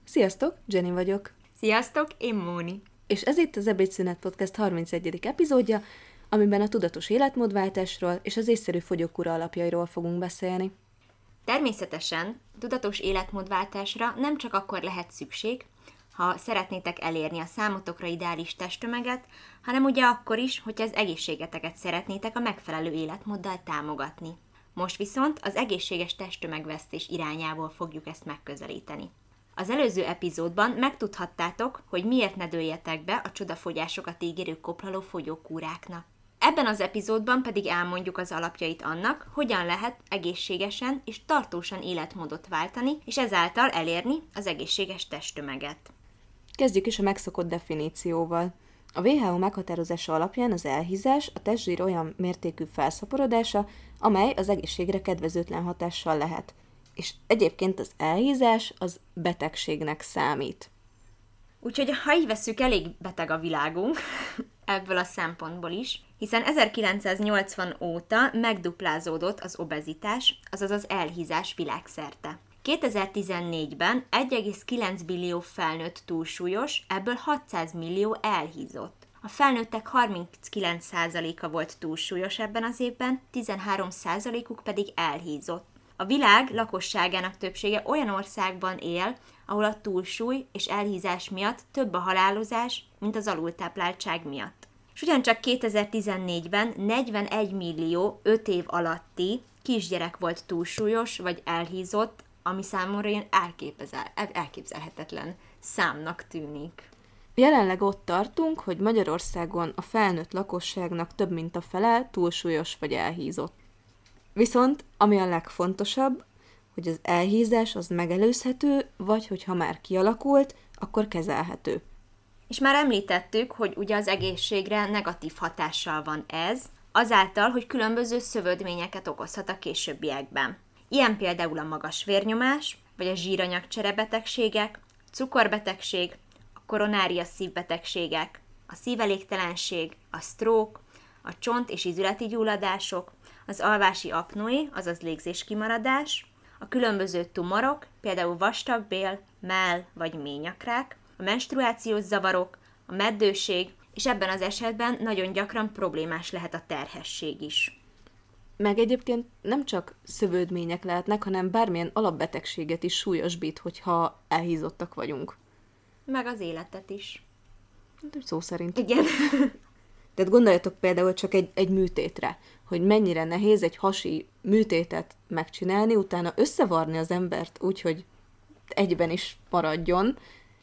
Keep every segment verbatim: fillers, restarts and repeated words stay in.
Sziasztok, Jenny vagyok. Sziasztok, én Móni. És ez itt az Ebédszünet Podcast harmincegyedik epizódja, amiben a tudatos életmódváltásról és az észszerű fogyókúra alapjairól fogunk beszélni. Természetesen tudatos életmódváltásra nem csak akkor lehet szükség, ha szeretnétek elérni a számotokra ideális testtömeget, hanem ugye akkor is, hogyha az egészségeteket szeretnétek a megfelelő életmóddal támogatni. Most viszont az egészséges testtömegvesztés irányából fogjuk ezt megközelíteni. Az előző epizódban megtudhattátok, hogy miért ne dőljetek be a csodafogyásokat ígérő koplaló fogyókúráknak. Ebben az epizódban pedig elmondjuk az alapjait annak, hogyan lehet egészségesen és tartósan életmódot váltani, és ezáltal elérni az egészséges testtömeget. Kezdjük is a megszokott definícióval. A dupla vé há ó meghatározása alapján az elhízás a testzsír olyan mértékű felszaporodása, amely az egészségre kedvezőtlen hatással lehet. És egyébként az elhízás az betegségnek számít. Úgyhogy ha így vesszük, elég beteg a világunk, ebből a szempontból is, hiszen ezerkilencszáznyolcvan óta megduplázódott az obezitás, azaz az elhízás világszerte. kétezer-tizennégyben egy egész kilenc billió felnőtt túlsúlyos, ebből hatszáz millió elhízott. A felnőttek harminckilenc százaléka volt túlsúlyos ebben az évben, tizenhárom százalékuk pedig elhízott. A világ lakosságának többsége olyan országban él, ahol a túlsúly és elhízás miatt több a halálozás, mint az alultápláltság miatt. És ugyancsak kétezer-tizennégyben negyvenegy millió öt év alatti kisgyerek volt túlsúlyos vagy elhízott, ami számomra ilyen elképzel, elképzelhetetlen számnak tűnik. Jelenleg ott tartunk, hogy Magyarországon a felnőtt lakosságnak több mint a fele túlsúlyos vagy elhízott. Viszont, ami a legfontosabb, hogy az elhízás az megelőzhető, vagy hogyha már kialakult, akkor kezelhető. És már említettük, hogy ugye az egészségre negatív hatással van ez, azáltal, hogy különböző szövődményeket okozhat a későbbiekben. Ilyen például a magas vérnyomás, vagy a zsíranyagcserebetegségek, cukorbetegség, a koronária szívbetegségek, a szívelégtelenség, a stroke, a csont- és izületi gyulladások, az alvási apnoé, azaz légzéskimaradás, a különböző tumorok, például vastagbél, mell vagy ményakrák, a menstruációs zavarok, a meddőség, és ebben az esetben nagyon gyakran problémás lehet a terhesség is. Meg egyébként nem csak szövődmények lehetnek, hanem bármilyen alapbetegséget is súlyosbít, hogyha elhízottak vagyunk. Meg az életet is. Szó szerint. Igen. Tehát gondoljatok például csak egy, egy műtétre, hogy mennyire nehéz egy hasi műtétet megcsinálni, utána összevarni az embert úgy, hogy egyben is maradjon,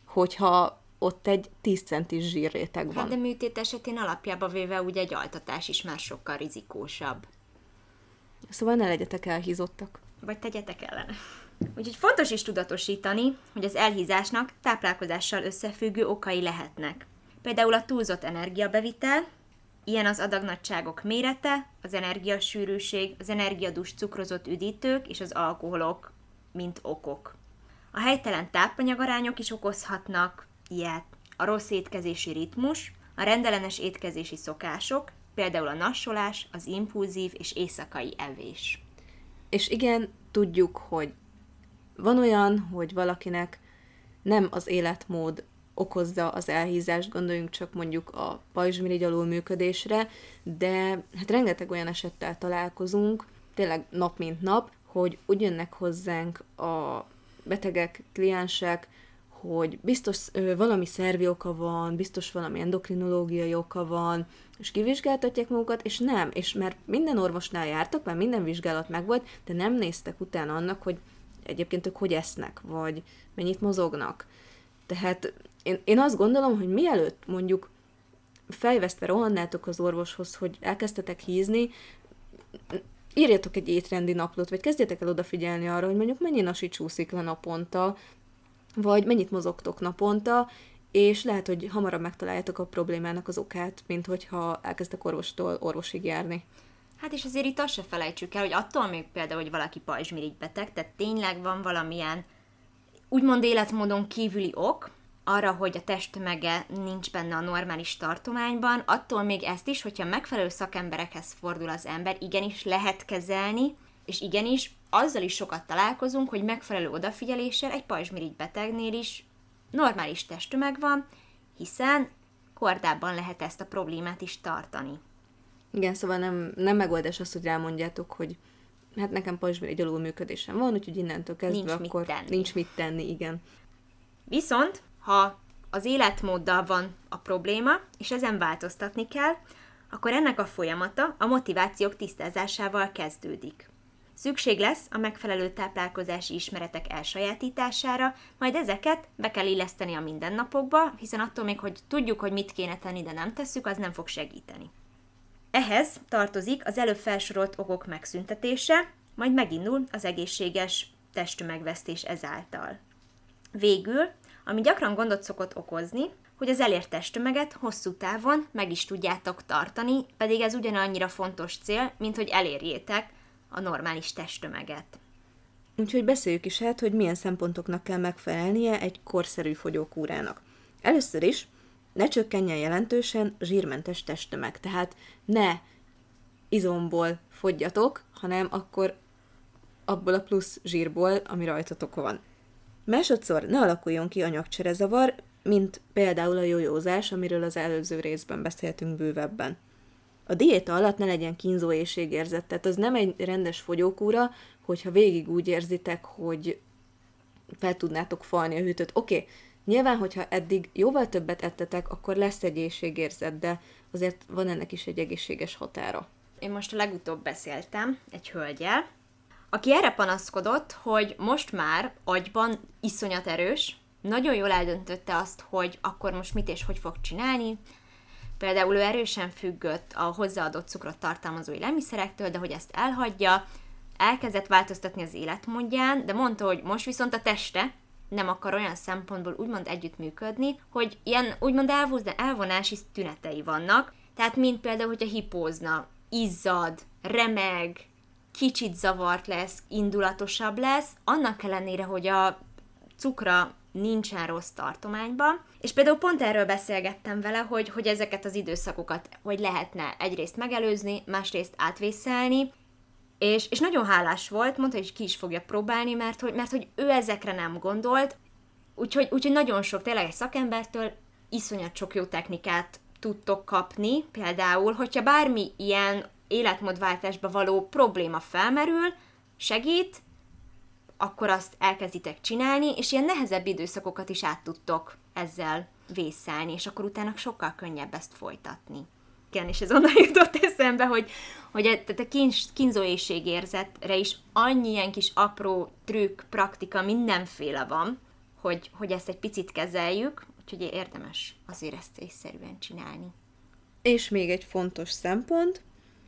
hogyha ott egy tíz centis zsírréteg van. Hát de műtét esetén alapjába véve ugye egy altatás is már sokkal rizikósabb. Szóval ne legyetek elhízottak. Vagy tegyetek ellene. Úgyhogy fontos is tudatosítani, hogy az elhízásnak táplálkozással összefüggő okai lehetnek. Például a túlzott energiabevitel, ilyen az adagnagyságok mérete, az energiasűrűség, az energiadús cukrozott üdítők és az alkoholok, mint okok. A helytelen tápanyagarányok is okozhatnak ilyet. A rossz étkezési ritmus, a rendellenes étkezési szokások, például a nassolás, az impulzív és éjszakai evés. És igen, tudjuk, hogy van olyan, hogy valakinek nem az életmód okozza az elhízást, gondoljunk csak mondjuk a pajzsmirigy alulműködésre, de hát rengeteg olyan esettel találkozunk, tényleg nap mint nap, hogy úgy jönnek hozzánk a betegek, kliensek, hogy biztos ö, valami szervi oka van, biztos valami endokrinológiai oka van, és kivizsgáltatják magukat, és nem, és mert minden orvosnál jártak, mert minden vizsgálat megvolt, de nem néztek utána annak, hogy egyébként ők hogy esznek, vagy mennyit mozognak. Tehát én, én azt gondolom, hogy mielőtt mondjuk fejvesztve rohannátok az orvoshoz, hogy elkezdtetek hízni, írjatok egy étrendi naplót, vagy kezdjetek el odafigyelni arra, hogy mondjuk mennyi nasi csúszik le naponta, vagy mennyit mozogtok naponta, és lehet, hogy hamarabb megtaláljátok a problémának az okát, mint hogyha elkezdtek orvostól orvosig járni. Hát és azért itt azt se felejtsük el, hogy attól még például, hogy valaki pajzsmirigy-beteg, tehát tényleg van valamilyen úgymond életmódon kívüli ok, arra, hogy a testtömege nincs benne a normális tartományban, attól még ezt is, hogyha megfelelő szakemberekhez fordul az ember, igenis lehet kezelni, és igenis azzal is sokat találkozunk, hogy megfelelő odafigyeléssel egy pajzsmirigy betegnél is normális testtömeg van, hiszen kordában lehet ezt a problémát is tartani. Igen, szóval nem, nem megoldás az, hogy rámondjátok, hogy hát nekem pajzsmirigy alulműködésem van, úgyhogy innentől kezdve nincs akkor mit tenni. nincs mit tenni, igen. Viszont, ha az életmóddal van a probléma, és ezen változtatni kell, akkor ennek a folyamata a motivációk tisztázásával kezdődik. Szükség lesz a megfelelő táplálkozási ismeretek elsajátítására, majd ezeket be kell illeszteni a mindennapokba, hiszen attól még, hogy tudjuk, hogy mit kéne tenni, de nem tesszük, az nem fog segíteni. Ehhez tartozik az előbb felsorolt okok megszüntetése, majd megindul az egészséges testtömegvesztés ezáltal. Végül, ami gyakran gondot szokott okozni, hogy az elért testtömeget hosszú távon meg is tudjátok tartani, pedig ez ugyanannyira fontos cél, mint hogy elérjétek a normális testtömeget. Úgyhogy beszéljük is hát, hogy milyen szempontoknak kell megfelelnie egy korszerű fogyókúrának. Először is ne csökkenjen jelentősen zsírmentes testtömeg, tehát ne izomból fogyjatok, hanem akkor abból a plusz zsírból, ami rajtatok van. Másodszor ne alakuljon ki anyagcserezavar, mint például a jójózás, amiről az előző részben beszéltünk bővebben. A diéta alatt ne legyen kínzó éhségérzet, tehát az nem egy rendes fogyókúra, hogyha végig úgy érzitek, hogy fel tudnátok falni a hűtőt. Oké, okay, nyilván, hogyha eddig jóval többet ettetek, akkor lesz egy éhségérzet, de azért van ennek is egy egészséges határa. Én most a legutóbb beszéltem egy hölgyel, aki erre panaszkodott, hogy most már agyban iszonyat erős, nagyon jól eldöntötte azt, hogy akkor most mit és hogy fog csinálni. Például ő erősen függött a hozzáadott cukrot tartalmazó élelmiszerektől, de hogy ezt elhagyja, elkezdett változtatni az életmódján, de mondta, hogy most viszont a teste nem akar olyan szempontból úgymond együttműködni, hogy ilyen úgymond elvonási tünetei vannak, tehát mint például, hogyha hipózna, izzad, remeg, kicsit zavart lesz, indulatosabb lesz, annak ellenére, hogy a cukra nincsen rossz tartományban, és például pont erről beszélgettem vele, hogy, hogy ezeket az időszakokat hogy lehetne egyrészt megelőzni, másrészt átvészelni, és, és nagyon hálás volt, mondta, hogy ki is fogja próbálni, mert hogy, mert hogy ő ezekre nem gondolt, úgyhogy, úgyhogy nagyon sok, tényleg egy szakembertől iszonyat sok jó technikát tudtok kapni, például, hogyha bármi ilyen életmódváltásba való probléma felmerül, segít, akkor azt elkezditek csinálni, és ilyen nehezebb időszakokat is át tudtok ezzel vészelni, és akkor utána sokkal könnyebb ezt folytatni. Igen, és ez onnan jutott eszembe, hogy, hogy a, a kínzó éhségérzetre is annyi ilyen kis apró trükk, praktika, mindenféle van, hogy, hogy ezt egy picit kezeljük, úgyhogy érdemes azért ezt észszerűen csinálni. És még egy fontos szempont,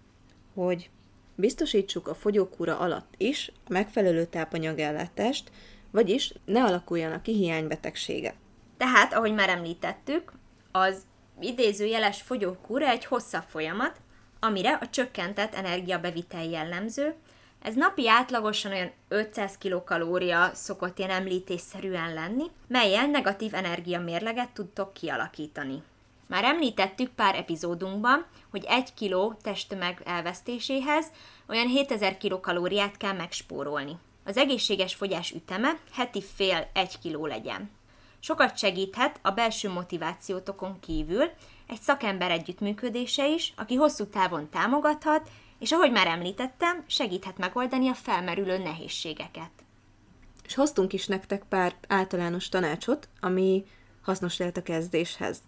hogy biztosítsuk a fogyókúra alatt is a megfelelő tápanyagellátást, vagyis ne alakuljanak ki hiánybetegségek. Tehát, ahogy már említettük, az idézőjeles fogyókúra egy hosszabb folyamat, amire a csökkentett energiabevitel jellemző. Ez napi átlagosan olyan ötszáz kilokalória szokott ilyen említésszerűen lenni, mellyel negatív energiamérleget tudtok kialakítani. Már említettük pár epizódunkban, hogy egy kiló testtömeg elvesztéséhez olyan hétezer kilokalóriát kell megspórolni. Az egészséges fogyás üteme heti fél egy kiló legyen. Sokat segíthet a belső motivációtokon kívül egy szakember együttműködése is, aki hosszú távon támogathat, és ahogy már említettem, segíthet megoldani a felmerülő nehézségeket. És hoztunk is nektek pár általános tanácsot, ami hasznos lehet a kezdéshez.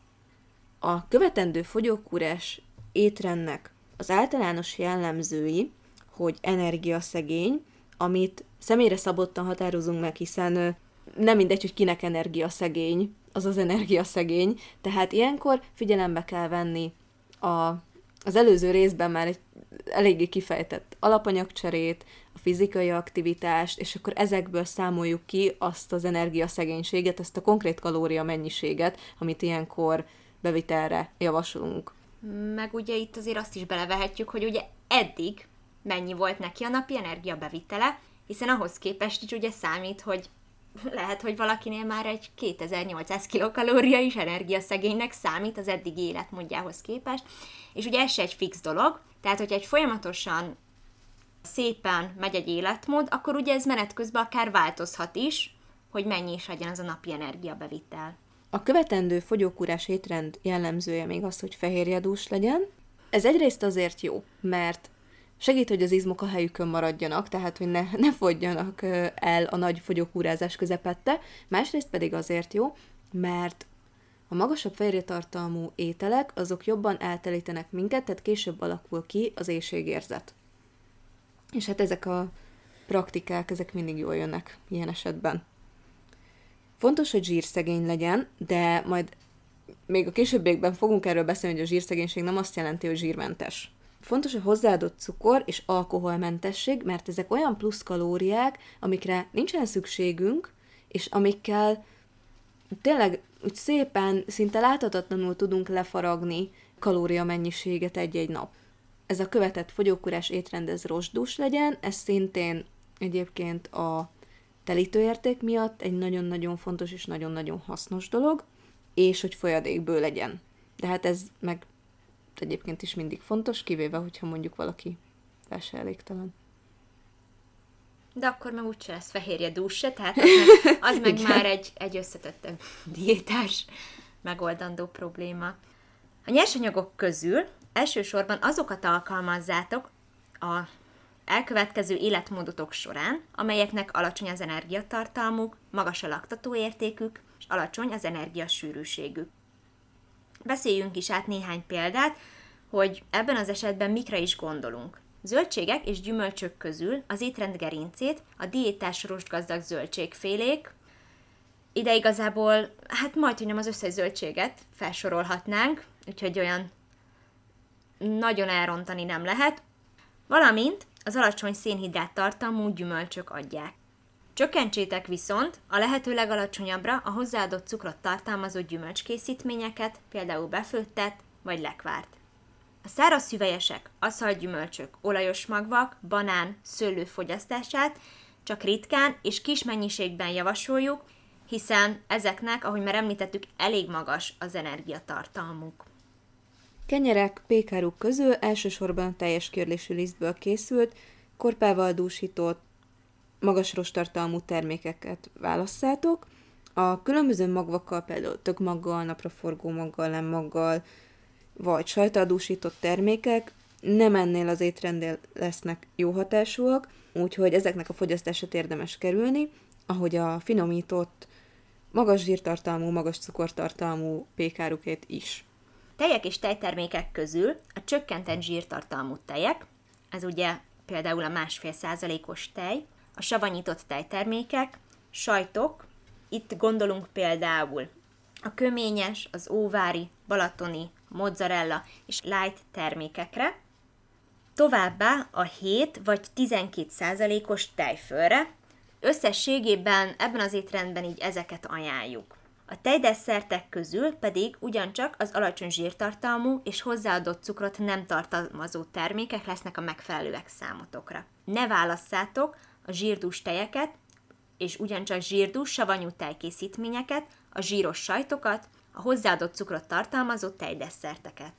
A követendő fogyókúrás étrendnek az általános jellemzői, hogy energiaszegény, amit személyre szabottan határozunk meg, hiszen nem mindegy, hogy kinek energiaszegény, az az energiaszegény, tehát ilyenkor figyelembe kell venni a, az előző részben már egy eléggé kifejtett alapanyagcserét, a fizikai aktivitást, és akkor ezekből számoljuk ki azt az energiaszegénységet, azt a konkrét kalória mennyiséget, amit ilyenkor bevitelre javasolunk. Meg ugye itt azért azt is belevehetjük, hogy ugye eddig mennyi volt neki a napi energiabevitele, hiszen ahhoz képest is ugye számít, hogy lehet, hogy valakinél már egy kétezer-nyolcszáz kilokalória is energiaszegénynek számít az eddigi életmódjához képest, és ugye ez se egy fix dolog, tehát hogyha egy folyamatosan szépen megy egy életmód, akkor ugye ez menet közben akár változhat is, hogy mennyi is legyen az a napi energiabevitel. A követendő fogyókúrás étrend jellemzője még az, hogy fehérjedús legyen. Ez egyrészt azért jó, mert segít, hogy az izmok a helyükön maradjanak, tehát hogy ne, ne fogyjanak el a nagy fogyókúrázás közepette, másrészt pedig azért jó, mert a magasabb fehérjetartalmú ételek, azok jobban eltelítenek minket, tehát később alakul ki az éhségérzet. És hát ezek a praktikák, ezek mindig jól jönnek ilyen esetben. Fontos, hogy zsírszegény legyen, de majd még a későbbiekben fogunk erről beszélni, hogy a zsírszegénység nem azt jelenti, hogy zsírmentes. Fontos a hozzáadott cukor és alkoholmentesség, mert ezek olyan plusz kalóriák, amikre nincsen szükségünk, és amikkel tényleg úgy szépen, szinte láthatatlanul tudunk lefaragni kalóriamennyiséget egy-egy nap. Ez a követett fogyókúrás étrend, ez rozsdús legyen, ez szintén egyébként a telítőérték miatt egy nagyon-nagyon fontos és nagyon-nagyon hasznos dolog, és hogy folyadékből legyen. De hát ez meg egyébként is mindig fontos, kivéve, hogyha mondjuk valaki se elégtelen. De akkor meg úgyse lesz fehérjedús se, tehát az meg, az meg már egy, egy összetettebb diétás megoldandó probléma. A nyersanyagok közül elsősorban azokat alkalmazzátok a elkövetkező életmódotok során, amelyeknek alacsony az energiatartalmuk, magas a laktatóértékük, és alacsony az energiasűrűségük. Beszéljünk is át néhány példát, hogy ebben az esetben mikre is gondolunk. Zöldségek és gyümölcsök közül az étrend gerincét a diétás rostgazdag zöldségfélék, ide igazából, hát majdhogy nem az összes zöldséget felsorolhatnánk, úgyhogy olyan nagyon elrontani nem lehet, valamint az alacsony szénhidrát tartalmú gyümölcsök adják. Csökkentsétek viszont a lehető legalacsonyabbra a hozzáadott cukrot tartalmazó gyümölcskészítményeket, például befőttet vagy lekvárt. A száraz hüvelyesek, aszalgyümölcsök, olajos magvak, banán, szőlő fogyasztását csak ritkán és kis mennyiségben javasoljuk, hiszen ezeknek, ahogy már említettük, elég magas az energiatartalmuk. Kenyerek, pékáruk közül elsősorban teljes körlésű lisztből készült, korpával dúsított, magas rosttartalmú termékeket válasszátok. A különböző magvakkal, például tökmaggal, napraforgó maggal, lemmaggal, vagy sajttal dúsított termékek nem ennél az étrendnél lesznek jó hatásúak, úgyhogy ezeknek a fogyasztását érdemes kerülni, ahogy a finomított, magas zsírtartalmú, magas cukortartalmú pékárukét is. Tejek és tejtermékek közül a csökkentett zsírtartalmú tejek, ez ugye például a másfél százalékos tej, a savanyított tejtermékek, sajtok, itt gondolunk például a köményes, az óvári, balatoni, mozzarella és light termékekre, továbbá a hét vagy tizenkét százalékos tejfölre, összességében ebben az étrendben így ezeket ajánljuk. A tejdesszertek közül pedig ugyancsak az alacsony zsírtartalmú és hozzáadott cukrot nem tartalmazó termékek lesznek a megfelelőek számotokra. Ne válasszátok a zsírdús tejeket, és ugyancsak zsírdús, savanyú tejkészítményeket, a zsíros sajtokat, a hozzáadott cukrot tartalmazó tejdesszerteket.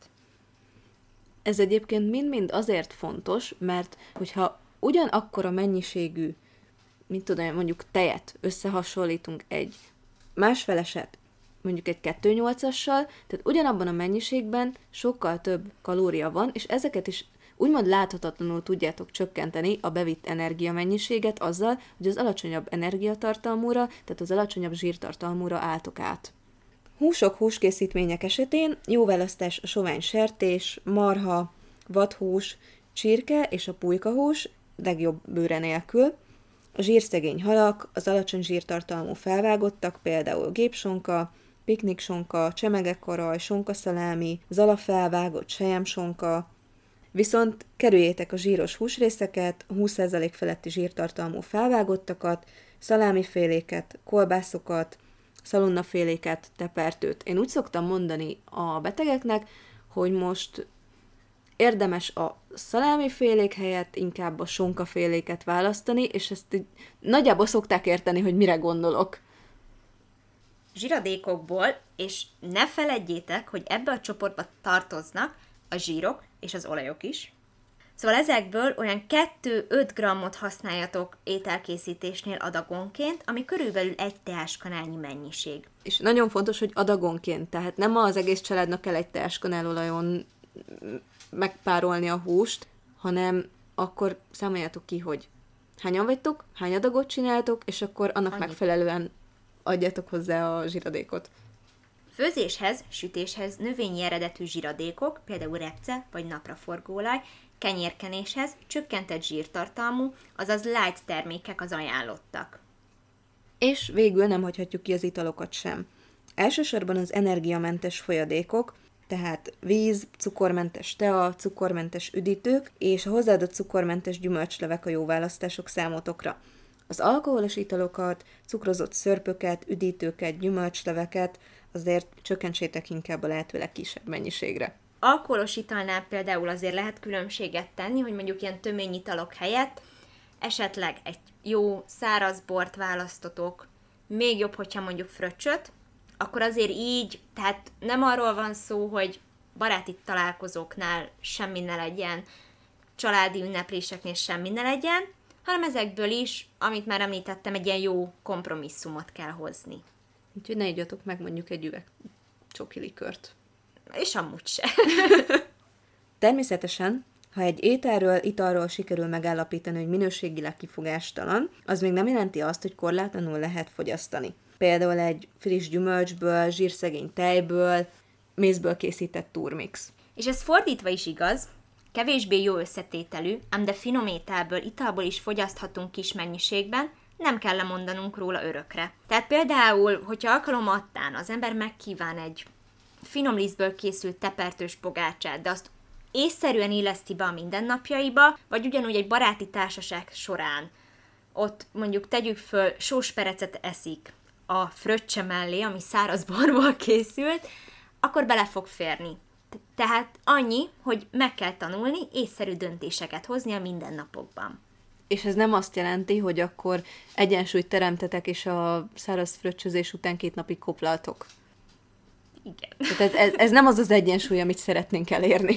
Ez egyébként mind-mind azért fontos, mert hogyha ugyanakkora mennyiségű, mint tudom, mondjuk tejet összehasonlítunk egy másfeleset, mondjuk egy kettő egész nyolcassal, tehát ugyanabban a mennyiségben sokkal több kalória van, és ezeket is úgymond láthatatlanul tudjátok csökkenteni a bevitt energiamennyiséget azzal, hogy az alacsonyabb energiatartalmúra, tehát az alacsonyabb zsírtartalmúra álltok át. Húsok, húskészítmények esetén jó választás a sovány sertés, marha, vadhús, csirke és a pulykahús, legjobb bőre nélkül. A zsírszegény halak, az alacsony zsírtartalmú felvágottak, például gépsonka, pikniksonka, csemegekkaraj, sonkaszalámi, zalafelvágott selyemsonka. Viszont kerüljétek a zsíros húsrészeket, a húsz százalék feletti zsírtartalmú felvágottakat, szalámiféléket, kolbászokat, szalonnaféléket, tepertőt. Én úgy szoktam mondani a betegeknek, hogy most érdemes a szalámifélék helyett inkább a sonkaféléket választani, és ezt így nagyjából szokták érteni, hogy mire gondolok. Zsíradékokból, és ne feledjétek, hogy ebbe a csoportba tartoznak a zsírok és az olajok is. Szóval ezekből olyan kettő-öt grammot használjatok ételkészítésnél adagonként, ami körülbelül egy teáskanálnyi mennyiség. És nagyon fontos, hogy adagonként, tehát nem az egész családnak kell egy teáskanál olajon megpárolni a húst, hanem akkor számoljátok ki, hogy hányan vagytok, hány adagot csináltok, és akkor annak Annyit. megfelelően adjátok hozzá a zsiradékot. Főzéshez, sütéshez növényi eredetű zsiradékok, például repce vagy napraforgóolaj, kenyérkenéshez csökkentett zsírtartalmú, azaz light termékek az ajánlottak. És végül nem hagyhatjuk ki az italokat sem. Elsősorban az energiamentes folyadékok, tehát víz, cukormentes tea, cukormentes üdítők és a hozzáadott cukormentes gyümölcslevek a jó választások számotokra. Az alkoholos italokat, cukrozott szörpöket, üdítőket, gyümölcsleveket azért csökkentsétek inkább a lehetőleg kisebb mennyiségre. Alkoholos italnál például azért lehet különbséget tenni, hogy mondjuk ilyen töményitalok helyett esetleg egy jó száraz bort választotok, még jobb, hogyha mondjuk fröccsöt, akkor azért így, tehát nem arról van szó, hogy baráti találkozóknál semmi ne legyen, családi ünnepléseknél semmi ne legyen, hanem ezekből is, amit már említettem, egy ilyen jó kompromisszumot kell hozni. Úgyhogy ne igyatok meg mondjuk egy üveg csokilikört. És amúgy se. Természetesen, ha egy ételről, italról sikerül megállapítani, hogy minőségileg kifogástalan, az még nem jelenti azt, hogy korlátlanul lehet fogyasztani. Például egy friss gyümölcsből, zsírszegény tejből, mézből készített turmix. És ez fordítva is igaz, kevésbé jó összetételű, ám de finom ételből, italból is fogyaszthatunk kis mennyiségben, nem kell lemondanunk róla örökre. Tehát például, hogyha alkalomattán az ember megkíván egy finom lisztből készült tepertős pogácsát, de azt észszerűen illeszti be a mindennapjaiba, vagy ugyanúgy egy baráti társaság során, ott mondjuk tegyük föl, sósperecet eszik a fröccse mellé, ami száraz borból készült, akkor bele fog férni. Tehát annyi, hogy meg kell tanulni észszerű döntéseket hozni a mindennapokban. És ez nem azt jelenti, hogy akkor egyensúlyt teremtetek, és a száraz fröccsözés után két napig koplaltok. Igen. Tehát ez, ez nem az az egyensúly, amit szeretnénk elérni.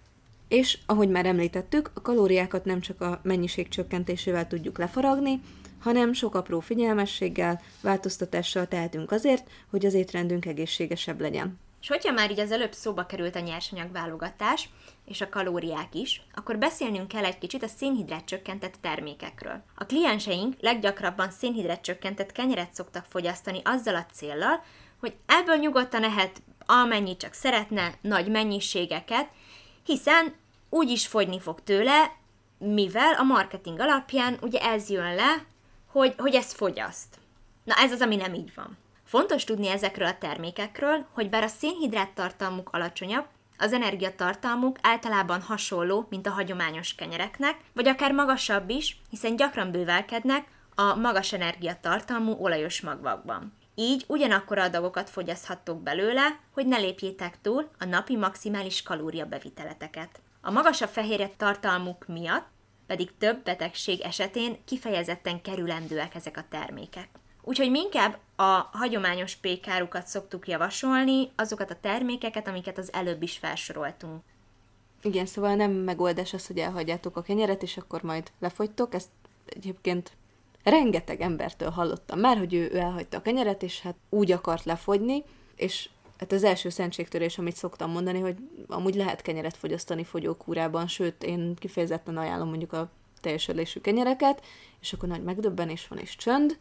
És, ahogy már említettük, a kalóriákat nem csak a mennyiség csökkentésével tudjuk lefaragni, hanem sok apró figyelmességgel, változtatással tehetünk azért, hogy az étrendünk egészségesebb legyen. És hogyha már így az előbb szóba került a nyersanyagválogatás, és a kalóriák is, akkor beszélnünk kell egy kicsit a szénhidrát csökkentett termékekről. A klienseink leggyakrabban szénhidrát csökkentett kenyeret szoktak fogyasztani azzal a céllal, hogy ebből nyugodtan ehet amennyit csak szeretne, nagy mennyiségeket, hiszen úgyis fogyni fog tőle, mivel a marketing alapján ugye ez jön le, hogy, hogy ez fogyaszt. Na ez az, ami nem így van. Fontos tudni ezekről a termékekről, hogy bár a szénhidrát tartalmuk alacsonyabb, az energiatartalmuk általában hasonló, mint a hagyományos kenyereknek, vagy akár magasabb is, hiszen gyakran bővelkednek a magas energiatartalmú olajos magvakban. Így ugyanakkor adagokat fogyaszthattok belőle, hogy ne lépjétek túl a napi maximális kalóriabeviteleteket. A magasabb fehérje tartalmuk miatt pedig több betegség esetén kifejezetten kerülendőek ezek a termékek. Úgyhogy mi inkább a hagyományos pékárukat szoktuk javasolni, azokat a termékeket, amiket az előbb is felsoroltunk. Igen, szóval nem megoldás az, hogy elhagyjátok a kenyeret, és akkor majd lefogytok. Ezt egyébként rengeteg embertől hallottam már, hogy ő, ő elhagyta a kenyeret, és hát úgy akart lefogyni, és hát az első szentségtörés, amit szoktam mondani, hogy amúgy lehet kenyeret fogyasztani fogyókúrában, sőt, én kifejezetten ajánlom mondjuk a teljes örlésű kenyereket, és akkor nagy megdöbbenés van és csönd.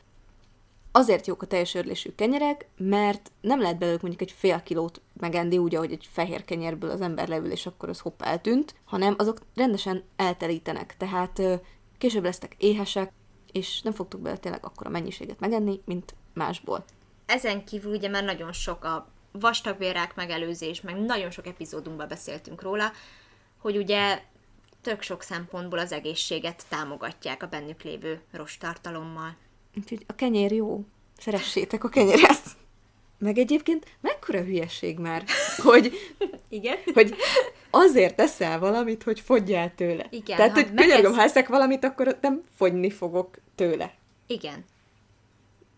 Azért jók a teljes örlésű kenyerek, mert nem lehet belőlük mondjuk egy fél kilót megenni úgy, ahogy egy fehér kenyérből az ember leül, és akkor az hopp eltűnt, hanem azok rendesen eltelítenek, tehát később lesztek éhesek, és nem fogtuk bele tényleg akkora mennyiséget megenni, mint másból. Ezen kívül ugye már nagyon sok a vastagbélrák megelőzés, meg nagyon sok epizódunkban beszéltünk róla, hogy ugye tök sok szempontból az egészséget támogatják a bennük lévő rosttartalommal. Úgyhogy a kenyér jó. Szeressétek a kenyeret. Meg egyébként mekkora hülyeség már, hogy, igen? hogy azért teszel valamit, hogy fogyjál tőle. Igen, Tehát, ha hogy könyörgöm, ez... ha eszek valamit, akkor nem fogyni fogok tőle. Igen.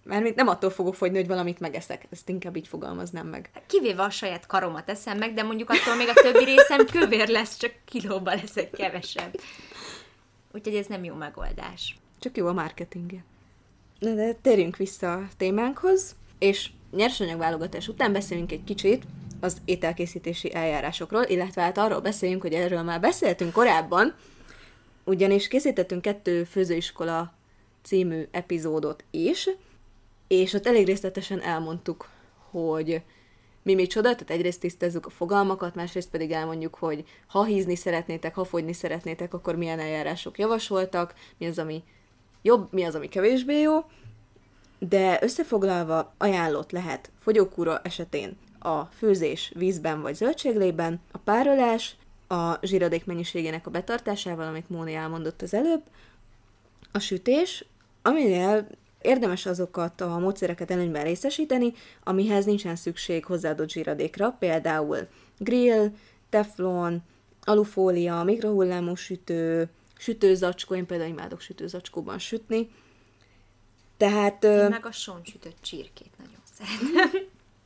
Mármint nem attól fogok fogyni, hogy valamit megeszek. Ezt inkább így fogalmaznám meg. Kivéve a saját karomat eszem meg, de mondjuk attól még a többi részem kövér lesz, csak kilóban leszek kevesebb. Úgyhogy ez nem jó megoldás. Csak jó a marketingje. Na de térjünk vissza a témánkhoz, és nyersanyagválogatás után beszélünk egy kicsit az ételkészítési eljárásokról, illetve hát arról beszéljünk, hogy erről már beszéltünk korábban, ugyanis készítettünk kettő főzőiskola című epizódot is, és ott elég részletesen elmondtuk, hogy mi micsoda, tehát egyrészt tisztázzuk a fogalmakat, másrészt pedig elmondjuk, hogy ha hízni szeretnétek, ha fogyni szeretnétek, akkor milyen eljárások javasoltak, mi az, ami jobb, mi az, ami kevésbé jó, de összefoglalva ajánlott lehet fogyókúra esetén a főzés vízben vagy zöldséglében, a párolás, a zsíradék mennyiségének a betartásával, amit Móni elmondott az előbb, a sütés, aminél érdemes azokat a módszereket előnyben részesíteni, amihez nincsen szükség hozzáadott zsíradékra, például grill, teflon, alufólia, mikrohullámú sütő, sütőzacskó, én például imádok sütőzacskóban sütni. Tehát... Én meg a sónsütött csirkét nagyon szeretem.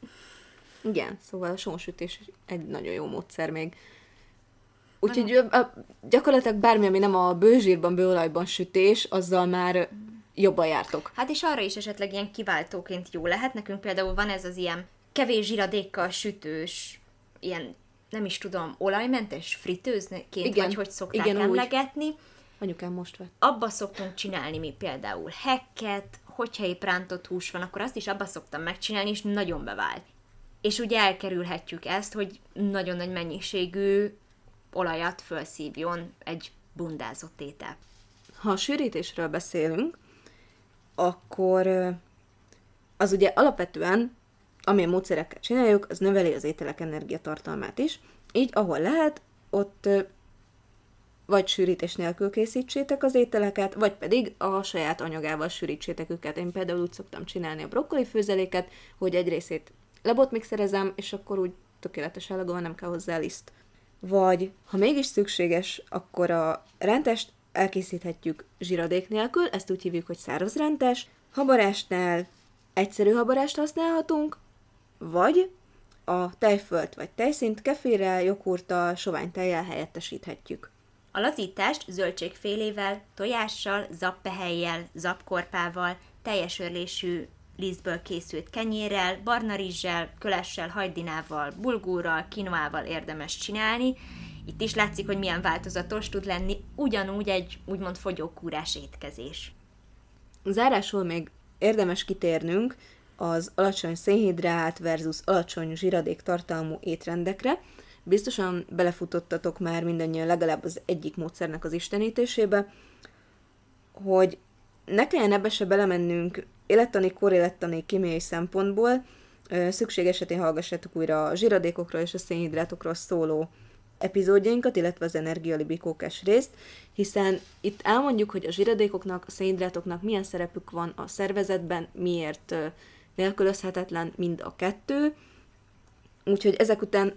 Igen, szóval a sónsütés egy nagyon jó módszer még. Úgyhogy a, gyakorlatilag bármi, ami nem a bőzsírban, bőolajban sütés, azzal már jobban jártok. Hát és arra is esetleg ilyen kiváltóként jó lehet. Nekünk például van ez az ilyen kevés zsíradékkal sütős, ilyen nem is tudom, olajmentes fritőzként, igen, vagy hogy szokták igen, emlegetni. Úgy. Anyukám most vett. Abba szoktunk csinálni mi például hekket, hogyha épp rántott hús van, akkor azt is abba szoktam megcsinálni, és nagyon bevált. És ugye elkerülhetjük ezt, hogy nagyon nagy mennyiségű olajat felszívjon egy bundázott étel. Ha a sűrítésről beszélünk, akkor az ugye alapvetően, amilyen módszerekkel csináljuk, az növeli az ételek energiatartalmát is. Így, ahol lehet, ott vagy sűrítés nélkül készítsétek az ételeket, vagy pedig a saját anyagával sűrítsétek őket. Én például úgy szoktam csinálni a brokkoli főzeléket, hogy egy részét lebotmixerezem, és akkor úgy tökéletes állagban nem kell hozzá liszt. Vagy, ha mégis szükséges, akkor a rántást elkészíthetjük zsíradék nélkül, ezt úgy hívjuk, hogy száraz rántás. Habarásnál egyszerű habarást használhatunk, vagy a tejfölt vagy tejszínt kefirrel, jogurttal, sovány tejjel helyettesíthetjük. A lazítást zöldségfélével, tojással, zappehelyjel, zapkorpával, teljes örlésű lisztből készült kenyérrel, barna rizssel, kölessel, hajdinával, bulgúrral, kinoával érdemes csinálni. Itt is látszik, hogy milyen változatos tud lenni ugyanúgy egy úgymond fogyókúrás étkezés. Zárásul még érdemes kitérnünk az alacsony szénhidrát versus alacsony zsíradék tartalmú étrendekre. Biztosan belefutottatok már mindannyian legalább az egyik módszernek az istenítésébe, hogy ne kelljen ebbe se belemennünk élettani, korélettani, kémiai szempontból, szükség esetén hallgassátok újra a zsíradékokról és a szénhidrátokról szóló epizódjainkat, illetve az energialibikókás részt, hiszen itt elmondjuk, hogy a zsíradékoknak, a szénhidrátoknak milyen szerepük van a szervezetben, miért nélkülözhetetlen mind a kettő, úgyhogy ezek után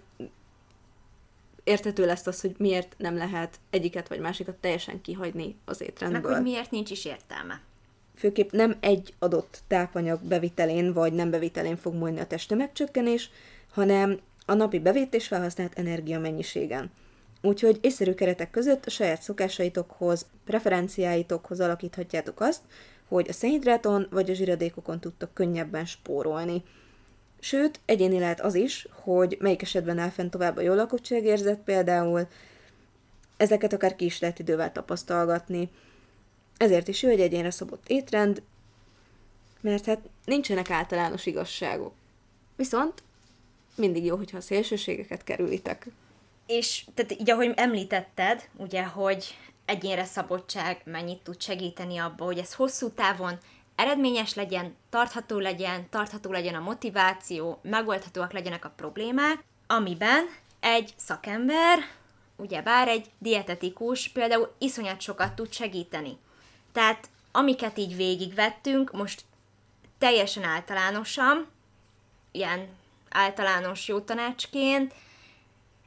érthető lesz az, hogy miért nem lehet egyiket vagy másikat teljesen kihagyni az étrendből. Meg hogy miért nincs is értelme. Főképp nem egy adott tápanyag bevitelén vagy nem bevitelén fog múlni a testtömegcsökkenés, hanem a napi bevét és felhasznált energia mennyiségen. Úgyhogy észszerű keretek között a saját szokásaitokhoz, preferenciáitokhoz alakíthatjátok azt, hogy a szénhidráton vagy a zsíradékokon tudtok könnyebben spórolni. Sőt, egyéni lehet az is, hogy melyik esetben áll fenn tovább a jó lakottságérzet például, ezeket akár ki is lehet idővel tapasztalgatni. Ezért is jó egy egyénre szabott étrend, mert hát nincsenek általános igazságok. Viszont mindig jó, hogyha a szélsőségeket kerülitek. És tehát így, ahogy említetted, ugye, hogy egyénre szabottság mennyit tud segíteni abba, hogy ez hosszú távon eredményes legyen, tartható legyen, tartható legyen a motiváció, megoldhatóak legyenek a problémák, amiben egy szakember, ugyebár egy dietetikus például iszonyat sokat tud segíteni. Tehát amiket így végigvettünk, most teljesen általánosan, ilyen általános jó tanácsként,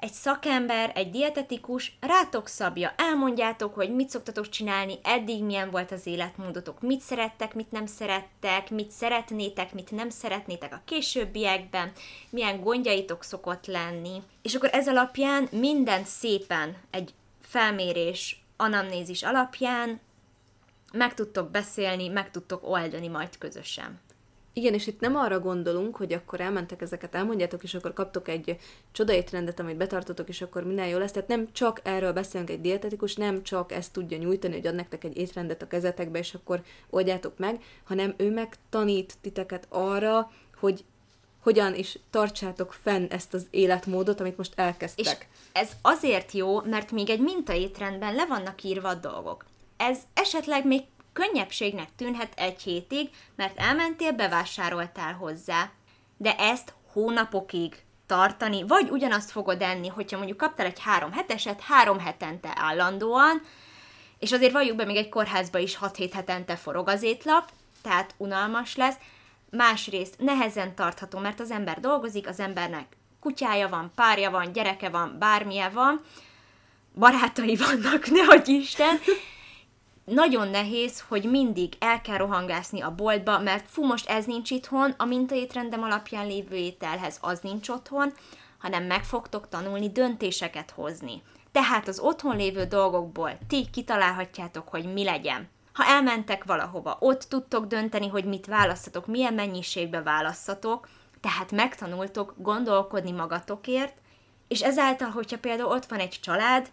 egy szakember, egy dietetikus rátok szabja, elmondjátok, hogy mit szoktatok csinálni, eddig milyen volt az életmódotok, mit szerettek, mit nem szerettek, mit szeretnétek, mit nem szeretnétek a későbbiekben, milyen gondjaitok szokott lenni. És akkor ez alapján minden szépen egy felmérés, anamnézis alapján meg tudtok beszélni, meg tudtok oldani majd közösen. Igen, és itt nem arra gondolunk, hogy akkor elmentek ezeket, elmondjátok, és akkor kaptok egy csodaétrendet, amit betartotok, és akkor minden jó lesz. Tehát nem csak erről beszélünk egy dietetikus, nem csak ezt tudja nyújtani, hogy ad nektek egy étrendet a kezetekbe, és akkor oldjátok meg, hanem ő meg tanít titeket arra, hogy hogyan is tartsátok fenn ezt az életmódot, amit most elkezdtek. És ez azért jó, mert még egy mintaétrendben le vannak írva a dolgok. Ez esetleg még könnyebbségnek tűnhet egy hétig, mert elmentél, bevásároltál hozzá. De ezt hónapokig tartani, vagy ugyanazt fogod enni, hogyha mondjuk kaptál egy három heteset, három hetente állandóan, és azért valljuk be, még egy kórházba is hat-hét hetente forog az étlap, tehát unalmas lesz. Másrészt nehezen tartható, mert az ember dolgozik, az embernek kutyája van, párja van, gyereke van, bármilyen van, barátai vannak, nehogy Isten. Nagyon nehéz, hogy mindig el kell rohangászni a boltba, mert fú, most ez nincs itthon, a mintaétrendem alapján lévő ételhez az nincs otthon, hanem meg fogtok tanulni döntéseket hozni. Tehát az otthon lévő dolgokból ti kitalálhatjátok, hogy mi legyen. Ha elmentek valahova, ott tudtok dönteni, hogy mit választatok, milyen mennyiségbe választatok, tehát megtanultok gondolkodni magatokért, és ezáltal, hogyha például ott van egy család,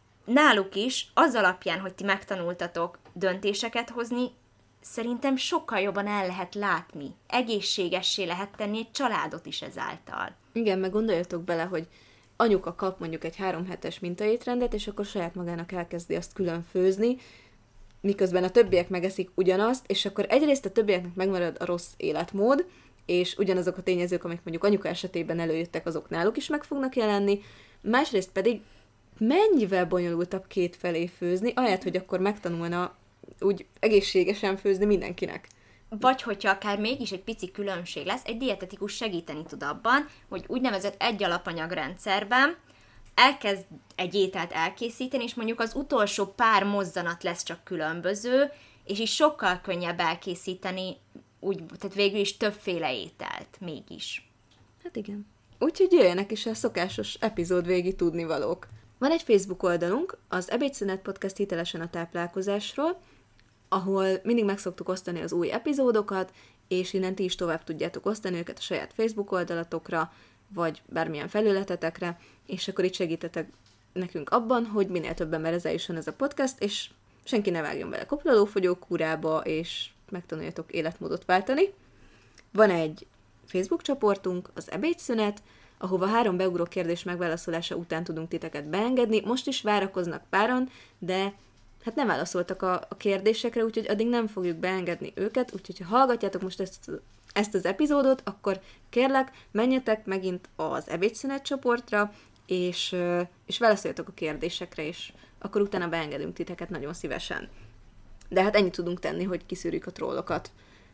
náluk is, az alapján, hogy ti megtanultatok döntéseket hozni, szerintem sokkal jobban el lehet látni. Egészségessé lehet tenni egy családot is ezáltal. Igen, meg gondoljatok bele, hogy anyuka kap mondjuk egy három hetes mintaétrendet, és akkor saját magának elkezdi azt külön főzni, miközben a többiek megeszik ugyanazt, és akkor egyrészt a többieknek megmarad a rossz életmód, és ugyanazok a tényezők, amik mondjuk anyuka esetében előjöttek, azok náluk is meg fognak jelenni, másrészt pedig mennyivel bonyolultabb kétfelé főzni, ahelyett, hogy akkor megtanulna úgy egészségesen főzni mindenkinek. Vagy hogyha akár mégis egy pici különbség lesz, egy dietetikus segíteni tud abban, hogy úgynevezett egy alapanyagrendszerben elkezd egy ételt elkészíteni, és mondjuk az utolsó pár mozzanat lesz csak különböző, és is sokkal könnyebb elkészíteni, úgy, tehát végül is többféle ételt mégis. Hát igen. Úgyhogy jöjjenek is a szokásos epizód végi tudnivalók. Van egy Facebook oldalunk, az Ebédszünet Podcast hitelesen a táplálkozásról, ahol mindig meg szoktuk osztani az új epizódokat, és innen ti is tovább tudjátok osztani őket a saját Facebook oldalatokra, vagy bármilyen felületetekre, és akkor itt segítetek nekünk abban, hogy minél több emberhez eljusson ez a podcast, és senki ne vágjon bele koplalófogyó kúrába, és megtanuljatok életmódot váltani. Van egy Facebook csoportunk, az Ebédszünet, ahova három beugró kérdés megválaszolása után tudunk titeket beengedni. Most is várakoznak páran, de hát nem válaszoltak a, a kérdésekre, úgyhogy addig nem fogjuk beengedni őket, úgyhogy ha hallgatjátok most ezt, ezt az epizódot, akkor kérlek, menjetek megint az Ebédszünet csoportra, és, és válaszoljatok a kérdésekre, és akkor utána beengedünk titeket nagyon szívesen. De hát ennyit tudunk tenni, hogy kiszűrjük a trollokat.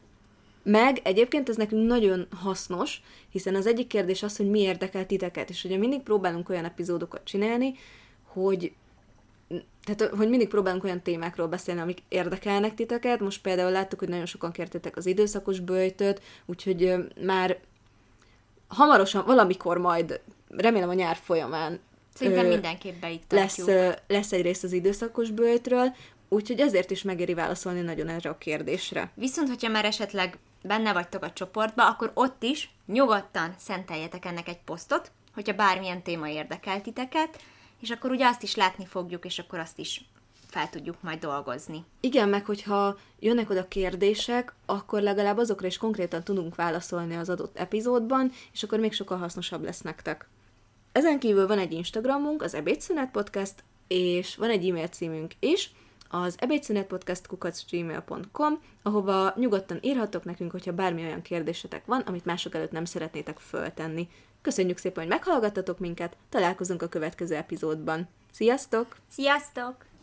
Meg egyébként ez nekünk nagyon hasznos, hiszen az egyik kérdés az, hogy mi érdekel titeket, és ugye mindig próbálunk olyan epizódokat csinálni, hogy, tehát, hogy mindig próbálunk olyan témákról beszélni, amik érdekelnek titeket. Most például láttuk, hogy nagyon sokan kértétek az időszakos böjtöt, úgyhogy már hamarosan, valamikor majd, remélem a nyár folyamán Szerintem mindenképp beiktatjuk. Lesz, lesz egy rész az időszakos böjtről, úgyhogy ezért is megéri válaszolni nagyon erre a kérdésre. Viszont, hogyha már esetleg benne vagytok a csoportba, akkor ott is nyugodtan szenteljetek ennek egy posztot, hogyha bármilyen téma érdekel titeket, és akkor ugye azt is látni fogjuk, és akkor azt is fel tudjuk majd dolgozni. Igen, meg hogyha jönnek oda kérdések, akkor legalább azokra is konkrétan tudunk válaszolni az adott epizódban, és akkor még sokkal hasznosabb lesz nektek. Ezen kívül van egy Instagramunk, az Ebédszünet Podcast, és van egy e-mail címünk is, az ebédszünetpodcast kukac gmail pont com, ahova nyugodtan írhattok nekünk, hogyha bármi olyan kérdésetek van, amit mások előtt nem szeretnétek föltenni. Köszönjük szépen, hogy meghallgattatok minket, találkozunk a következő epizódban. Sziasztok! Sziasztok!